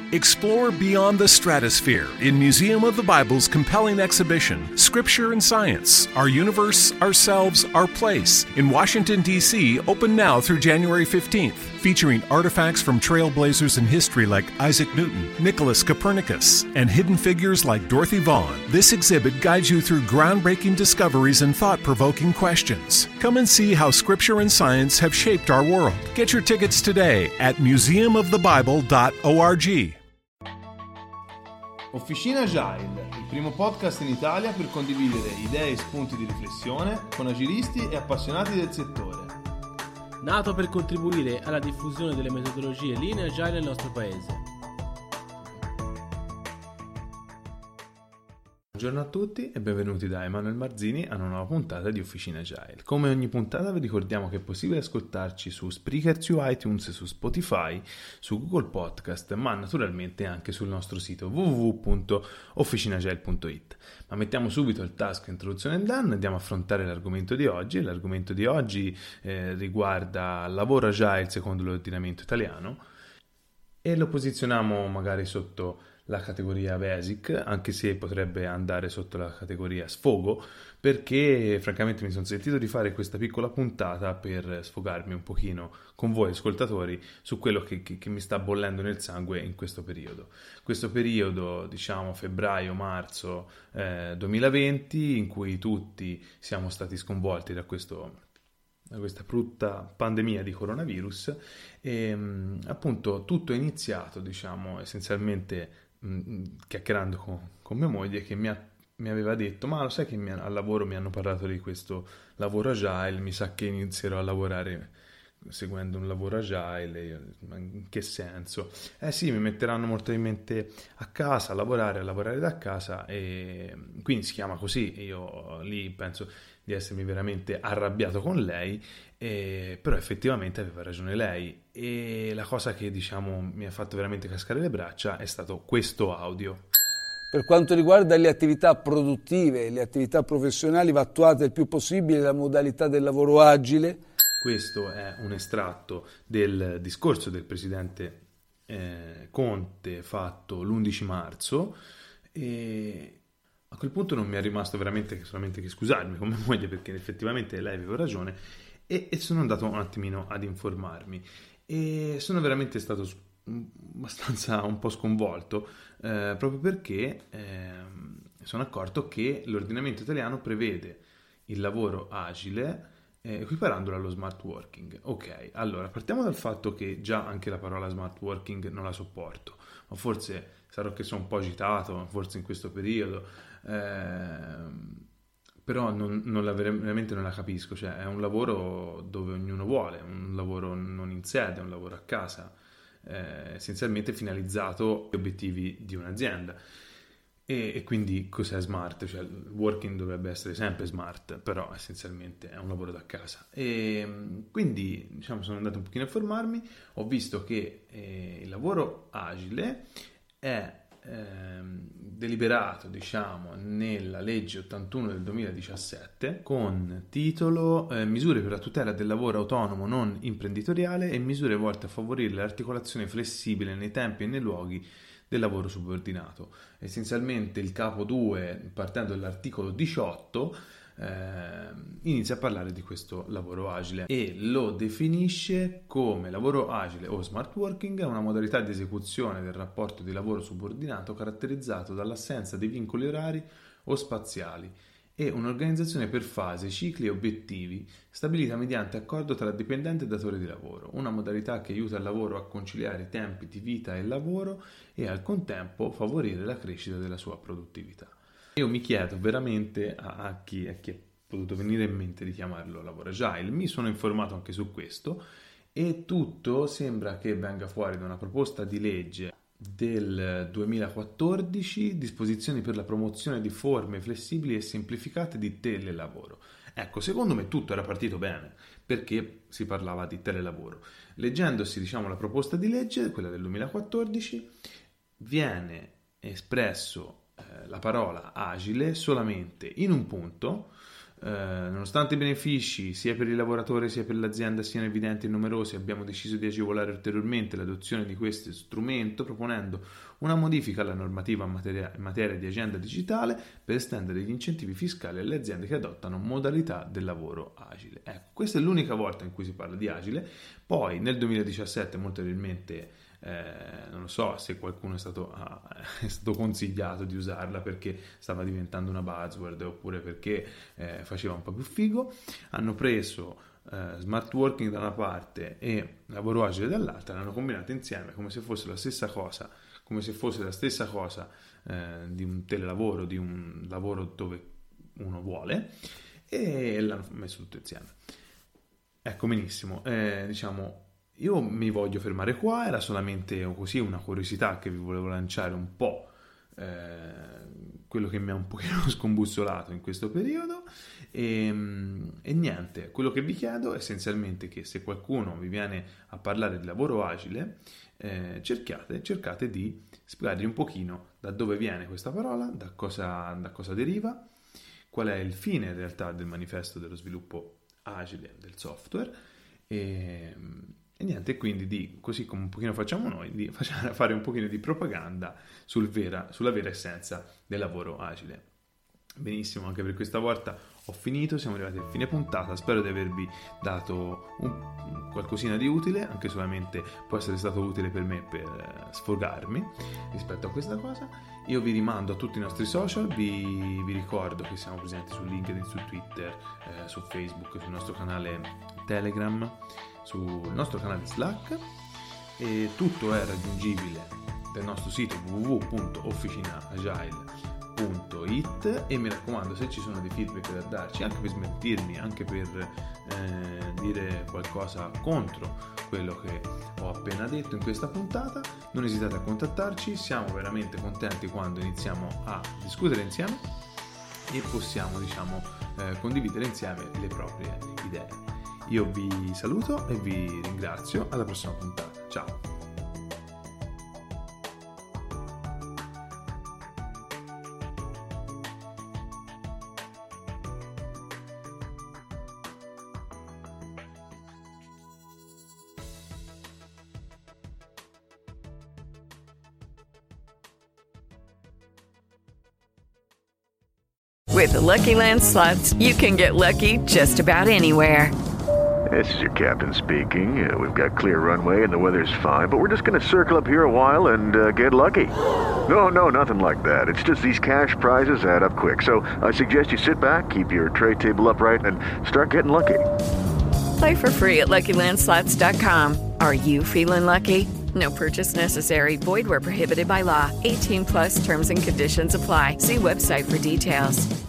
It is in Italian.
Explore beyond the stratosphere in Museum of the Bible's compelling exhibition, Scripture and Science, Our Universe, Ourselves, Our Place, in Washington, D.C., open now through January 15th, featuring artifacts from trailblazers in history like Isaac Newton, Nicholas Copernicus, and hidden figures like Dorothy Vaughan. This exhibit guides you through groundbreaking discoveries and thought-provoking questions. Come and see how Scripture and Science have shaped our world. Get your tickets today at museumofthebible.org. Officina Agile, il primo podcast in Italia per condividere idee e spunti di riflessione con agilisti e appassionati del settore. Nato per contribuire alla diffusione delle metodologie Lean e Agile nel nostro paese. Buongiorno a tutti e benvenuti da Emanuele Marzini a una nuova puntata di Officina Agile. Come ogni puntata vi ricordiamo che è possibile ascoltarci su Spreaker, su iTunes, su Spotify, su Google Podcast, ma naturalmente anche sul nostro sito www.officinagile.it. Ma mettiamo subito il tasto introduzione done e andiamo a affrontare l'argomento di oggi. L'argomento di oggi riguarda il lavoro Agile secondo l'ordinamento italiano e lo posizioniamo magari sotto la categoria basic, anche se potrebbe andare sotto la categoria sfogo, perché francamente mi sono sentito di fare questa piccola puntata per sfogarmi un pochino con voi ascoltatori su quello che mi sta bollendo nel sangue in questo periodo. Questo periodo, diciamo febbraio-marzo 2020, in cui tutti siamo stati sconvolti da questa brutta pandemia di coronavirus e appunto tutto è iniziato, diciamo, essenzialmente chiacchierando con mia moglie che mi aveva detto: ma lo sai che al lavoro mi hanno parlato di questo lavoro agile, mi sa che inizierò a lavorare seguendo un lavoro agile. Io, ma in che senso? Sì, mi metteranno molto in mente a casa, a lavorare da casa, e quindi si chiama così. Io lì penso di essermi veramente arrabbiato con lei, però effettivamente aveva ragione lei, e la cosa che, diciamo, mi ha fatto veramente cascare le braccia è stato questo audio. Per quanto riguarda le attività produttive, le attività professionali, va attuata il più possibile la modalità del lavoro agile. Questo è un estratto del discorso del presidente Conte fatto l'11 marzo, e a quel punto non mi è rimasto veramente solamente che scusarmi con mia moglie, perché effettivamente lei aveva ragione, e sono andato un attimino ad informarmi e sono veramente stato abbastanza un po' sconvolto, proprio perché sono accorto che l'ordinamento italiano prevede il lavoro agile equiparandolo allo smart working. Ok, allora partiamo dal fatto che già anche la parola smart working non la sopporto, ma forse sarò che sono un po' agitato, forse in questo periodo, però veramente non la capisco. Cioè, è un lavoro dove ognuno vuole, un lavoro non in sede, un lavoro a casa, essenzialmente finalizzato agli obiettivi di un'azienda. E quindi cos'è smart? Cioè, il working dovrebbe essere sempre smart, però essenzialmente è un lavoro da casa. E quindi, diciamo, sono andato un pochino a informarmi, ho visto che il lavoro agile è deliberato, diciamo, nella legge 81 del 2017 con titolo Misure per la tutela del lavoro autonomo non imprenditoriale e misure volte a favorire l'articolazione flessibile nei tempi e nei luoghi del lavoro subordinato. Essenzialmente il capo 2, partendo dall'articolo 18, inizia a parlare di questo lavoro agile e lo definisce come lavoro agile o smart working, è una modalità di esecuzione del rapporto di lavoro subordinato caratterizzato dall'assenza di vincoli orari o spaziali e un'organizzazione per fasi, cicli e obiettivi stabilita mediante accordo tra dipendente e datore di lavoro, una modalità che aiuta il lavoro a conciliare i tempi di vita e lavoro e al contempo favorire la crescita della sua produttività. Io mi chiedo veramente a chi è potuto venire in mente di chiamarlo lavoro agile. Mi sono informato anche su questo e tutto sembra che venga fuori da una proposta di legge del 2014, disposizioni per la promozione di forme flessibili e semplificate di telelavoro. Ecco, secondo me tutto era partito bene, perché si parlava di telelavoro. Leggendosi, diciamo, la proposta di legge, quella del 2014, viene espresso la parola agile solamente in un punto, nonostante i benefici sia per il lavoratore sia per l'azienda siano evidenti e numerosi, abbiamo deciso di agevolare ulteriormente l'adozione di questo strumento proponendo una modifica alla normativa in materia di agenda digitale per estendere gli incentivi fiscali alle aziende che adottano modalità del lavoro agile. Ecco, questa è l'unica volta in cui si parla di agile. Poi nel 2017 molto probabilmente non lo so se qualcuno è stato consigliato di usarla perché stava diventando una buzzword oppure perché faceva un po' più figo. Hanno preso smart working da una parte e lavoro agile dall'altra, l'hanno combinato insieme come se fosse la stessa cosa, di un telelavoro, di un lavoro dove uno vuole, e l'hanno messo tutto insieme. Ecco, benissimo. Diciamo, io mi voglio fermare qua, era solamente così una curiosità che vi volevo lanciare un po', quello che mi ha un pochino scombussolato in questo periodo, e niente, quello che vi chiedo è essenzialmente che se qualcuno vi viene a parlare di lavoro agile, cercate di spiegargli un pochino da dove viene questa parola, da cosa deriva, qual è il fine in realtà del manifesto dello sviluppo agile del software, e niente, quindi così come un pochino facciamo noi, di fare un pochino di propaganda sulla vera essenza del lavoro agile. Benissimo, anche per questa volta ho finito, siamo arrivati a fine puntata, spero di avervi dato qualcosina di utile, anche solamente può essere stato utile per me per sfogarmi rispetto a questa cosa. Io vi rimando a tutti i nostri social, vi ricordo che siamo presenti su LinkedIn, su Twitter, su Facebook, sul nostro canale Telegram, sul nostro canale Slack, e tutto è raggiungibile dal nostro sito www.officinaagile.it, e mi raccomando, se ci sono dei feedback da darci, anche per smentirmi, anche per dire qualcosa contro quello che ho appena detto in questa puntata, non esitate a contattarci. Siamo veramente contenti quando iniziamo a discutere insieme e possiamo condividere insieme le proprie idee. Io vi saluto e vi ringrazio, alla prossima puntata, ciao. With the Lucky Land Slots, you can get lucky just about anywhere. This is your captain speaking. We've got clear runway and the weather's fine, but we're just going to circle up here a while and get lucky. No, nothing like that. It's just these cash prizes add up quick. So I suggest you sit back, keep your tray table upright, and start getting lucky. Play for free at LuckyLandSlots.com. Are you feeling lucky? No purchase necessary. Void where prohibited by law. 18+ terms and conditions apply. See website for details.